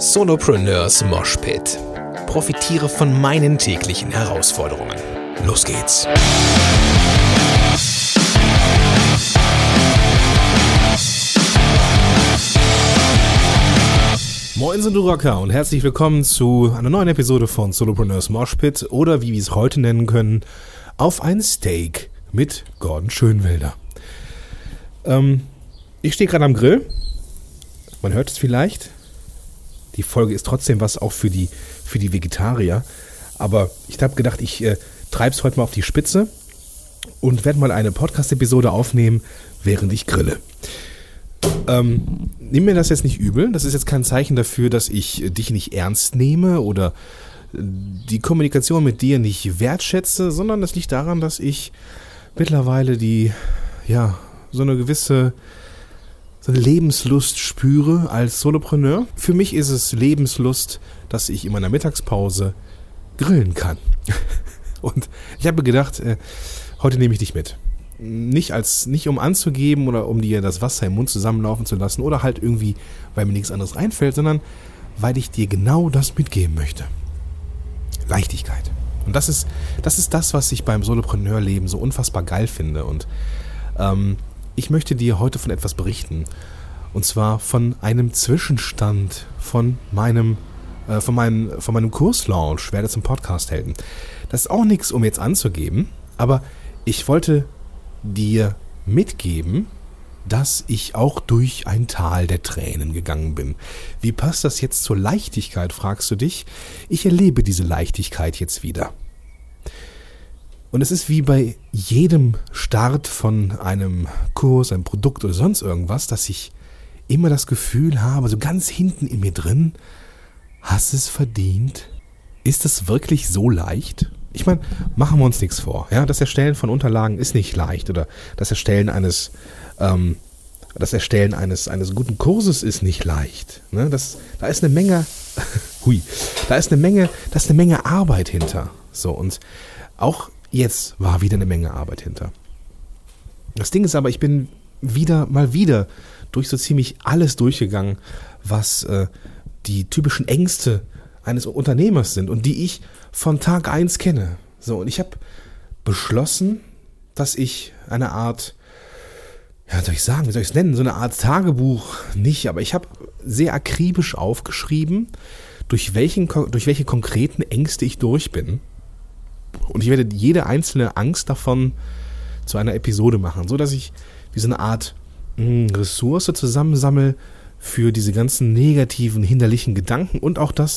Solopreneurs Moshpit. Profitiere von meinen täglichen Herausforderungen. Los geht's! Moin du Rocker und herzlich willkommen zu einer neuen Episode von Solopreneurs Moshpit oder wie wir es heute nennen können, auf ein Steak mit Gordon Schönwelder. Ich stehe gerade am Grill. Man hört es vielleicht. Die Folge ist trotzdem was auch für die Vegetarier. Aber ich habe gedacht, ich treibe es heute mal auf die Spitze und werde mal eine Podcast-Episode aufnehmen, während ich grille. Nimm mir das jetzt nicht übel. Das ist jetzt kein Zeichen dafür, dass ich dich nicht ernst nehme oder die Kommunikation mit dir nicht wertschätze, sondern das liegt daran, dass ich mittlerweile so eine Lebenslust spüre als Solopreneur. Für mich ist es Lebenslust, dass ich in meiner Mittagspause grillen kann. Und ich habe gedacht, heute nehme ich dich mit. Nicht um anzugeben oder um dir das Wasser im Mund zusammenlaufen zu lassen oder halt irgendwie, weil mir nichts anderes einfällt, sondern weil ich dir genau das mitgeben möchte. Leichtigkeit. Und das ist das, was ich beim Solopreneur-Leben so unfassbar geil finde. Und ich möchte dir heute von etwas berichten. Und zwar von einem Zwischenstand von meinem Kurslaunch, werde zum Podcast-Helden. Das ist auch nichts, um jetzt anzugeben, aber ich wollte dir mitgeben, dass ich auch durch ein Tal der Tränen gegangen bin. Wie passt das jetzt zur Leichtigkeit, fragst du dich? Ich erlebe diese Leichtigkeit jetzt wieder. Und es ist wie bei jedem Start von einem Kurs, einem Produkt oder sonst irgendwas, dass ich immer das Gefühl habe, so ganz hinten in mir drin, hast es verdient? Ist es wirklich so leicht? Ich meine, machen wir uns nichts vor. Ja? Das Erstellen von Unterlagen ist nicht leicht oder das Erstellen eines guten Kurses ist nicht leicht. Ne? Da ist eine Menge, da ist eine Menge Arbeit hinter. So, und auch jetzt war wieder eine Menge Arbeit hinter. Das Ding ist aber, ich bin mal wieder durch so ziemlich alles durchgegangen, was die typischen Ängste eines Unternehmers sind und die ich von Tag 1 kenne. So, und ich habe beschlossen, dass ich eine Art, wie soll ich es nennen, so eine Art Tagebuch nicht, aber ich habe sehr akribisch aufgeschrieben, durch welche konkreten Ängste ich durch bin. Und ich werde jede einzelne Angst davon zu einer Episode machen, so dass ich wie so eine Art Ressource zusammensammle für diese ganzen negativen, hinderlichen Gedanken und auch das,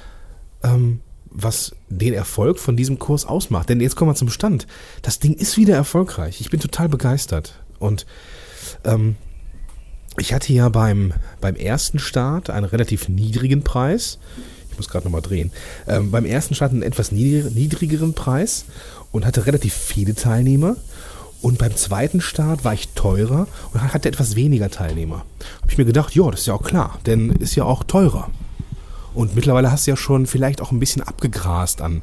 was den Erfolg von diesem Kurs ausmacht. Denn jetzt kommen wir zum Stand. Das Ding ist wieder erfolgreich. Ich bin total begeistert. Und ich hatte ja beim ersten Start einen relativ niedrigen Preis. Ich muss gerade nochmal drehen. Beim ersten Start einen etwas niedrigeren Preis und hatte relativ viele Teilnehmer. Und beim zweiten Start war ich teurer und hatte etwas weniger Teilnehmer. Habe ich mir gedacht, das ist ja auch klar, denn ist ja auch teurer. Und mittlerweile hast du ja schon vielleicht auch ein bisschen abgegrast an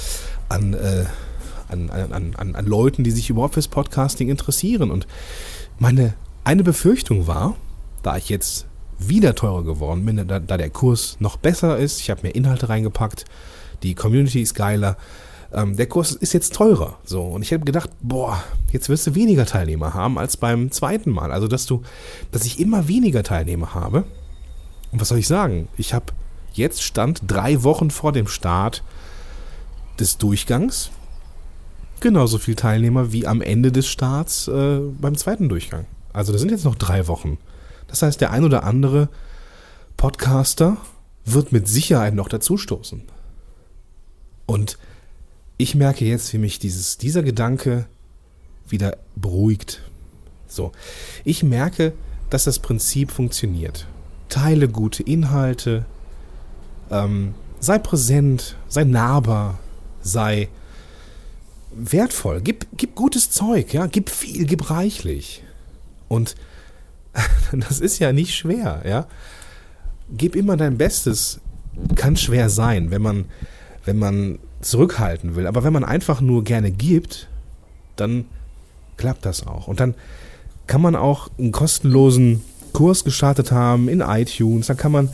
Leuten, die sich überhaupt fürs Podcasting interessieren. Und eine Befürchtung war, da ich jetzt wieder teurer geworden bin, da der Kurs noch besser ist, ich habe mehr Inhalte reingepackt, die Community ist geiler, der Kurs ist jetzt teurer. So, und ich habe gedacht, jetzt wirst du weniger Teilnehmer haben als beim zweiten Mal. Also, dass ich immer weniger Teilnehmer habe. Und was soll ich sagen? Ich habe jetzt Stand 3 Wochen vor dem Start des Durchgangs genauso viele Teilnehmer wie am Ende des Starts beim zweiten Durchgang. Also, das sind jetzt noch 3 Wochen. Das heißt, der ein oder andere Podcaster wird mit Sicherheit noch dazustoßen. Und ich merke jetzt, wie mich dieser Gedanke wieder beruhigt. So, ich merke, dass das Prinzip funktioniert. Teile gute Inhalte, sei präsent, sei nahbar, sei wertvoll, gib gutes Zeug, ja, gib viel, gib reichlich. Und das ist ja nicht schwer, ja. Gib immer dein Bestes. Kann schwer sein, wenn man zurückhalten will. Aber wenn man einfach nur gerne gibt, dann klappt das auch. Und dann kann man auch einen kostenlosen Kurs gestartet haben in iTunes. Dann kann man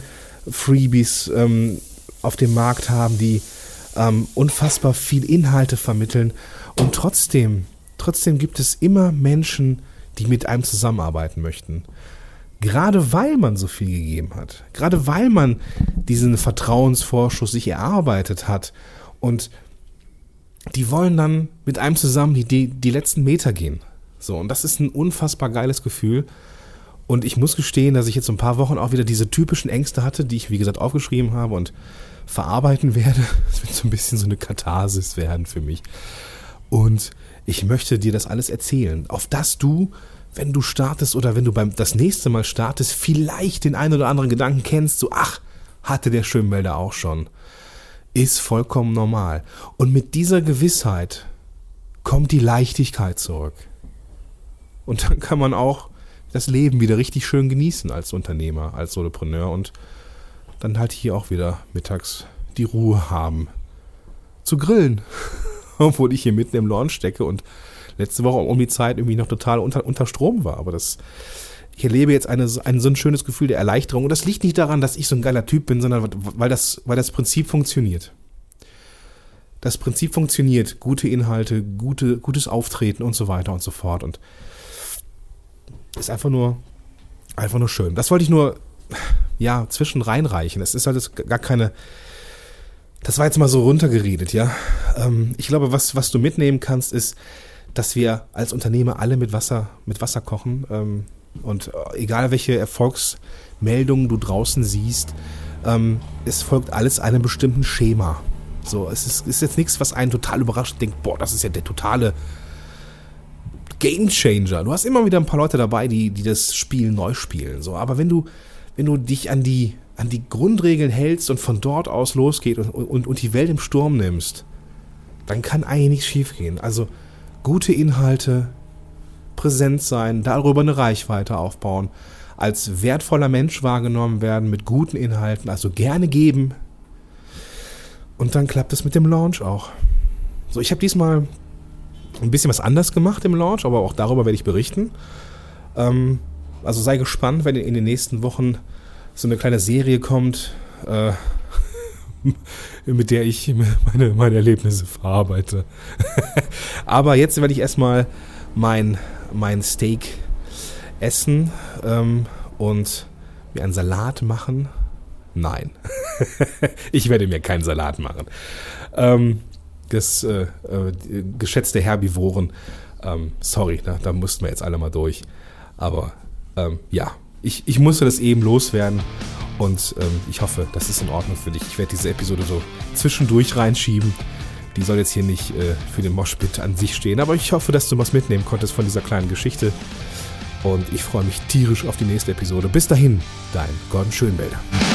Freebies auf dem Markt haben, die unfassbar viel Inhalte vermitteln. Und trotzdem gibt es immer Menschen, die mit einem zusammenarbeiten möchten. Gerade weil man so viel gegeben hat. Gerade weil man diesen Vertrauensvorschuss sich erarbeitet hat. Und die wollen dann mit einem zusammen die letzten Meter gehen. So, und das ist ein unfassbar geiles Gefühl. Und ich muss gestehen, dass ich jetzt ein paar Wochen auch wieder diese typischen Ängste hatte, die ich, wie gesagt, aufgeschrieben habe und verarbeiten werde. Es wird so ein bisschen so eine Katharsis werden für mich. Und ich möchte dir das alles erzählen, auf dass du, wenn du startest oder wenn du das nächste Mal startest, vielleicht den einen oder anderen Gedanken kennst, so, ach, hatte der Schönwälder auch schon. Ist vollkommen normal. Und mit dieser Gewissheit kommt die Leichtigkeit zurück. Und dann kann man auch das Leben wieder richtig schön genießen als Unternehmer, als Solopreneur und dann halt hier auch wieder mittags die Ruhe haben zu grillen. Obwohl ich hier mitten im Launch stecke und letzte Woche um die Zeit irgendwie noch total unter Strom war. Aber ich erlebe jetzt so ein schönes Gefühl der Erleichterung. Und das liegt nicht daran, dass ich so ein geiler Typ bin, sondern weil das Prinzip funktioniert. Das Prinzip funktioniert. Gute Inhalte, gutes Auftreten und so weiter und so fort. Und ist einfach nur schön. Das wollte ich nur zwischen reinreichen. Es ist halt gar keine. Das war jetzt mal so runtergeredet, ja. Ich glaube, was du mitnehmen kannst, ist, dass wir als Unternehmer alle mit Wasser kochen. Und egal welche Erfolgsmeldungen du draußen siehst, es folgt alles einem bestimmten Schema. So, es ist jetzt nichts, was einen total überrascht, denkt, boah, das ist ja der totale Gamechanger. Du hast immer wieder ein paar Leute dabei, die das Spiel neu spielen. So, aber wenn du dich an die Grundregeln hältst und von dort aus losgeht und die Welt im Sturm nimmst, dann kann eigentlich nichts schiefgehen. Also gute Inhalte, präsent sein, darüber eine Reichweite aufbauen, als wertvoller Mensch wahrgenommen werden mit guten Inhalten, also gerne geben. Und dann klappt es mit dem Launch auch. So, ich habe diesmal ein bisschen was anders gemacht im Launch, aber auch darüber werde ich berichten. Also sei gespannt, wenn in den nächsten Wochen so eine kleine Serie kommt, mit der ich meine Erlebnisse verarbeite. Aber jetzt werde ich erstmal mein Steak essen und mir einen Salat machen. Nein, ich werde mir keinen Salat machen. Geschätzte Herbivoren, sorry, da mussten wir jetzt alle mal durch. Aber ich musste das eben loswerden und ich hoffe, das ist in Ordnung für dich. Ich werde diese Episode so zwischendurch reinschieben. Die soll jetzt hier nicht für den Moshpit an sich stehen, aber ich hoffe, dass du was mitnehmen konntest von dieser kleinen Geschichte. Und ich freue mich tierisch auf die nächste Episode. Bis dahin, dein Gordon Schönwälder.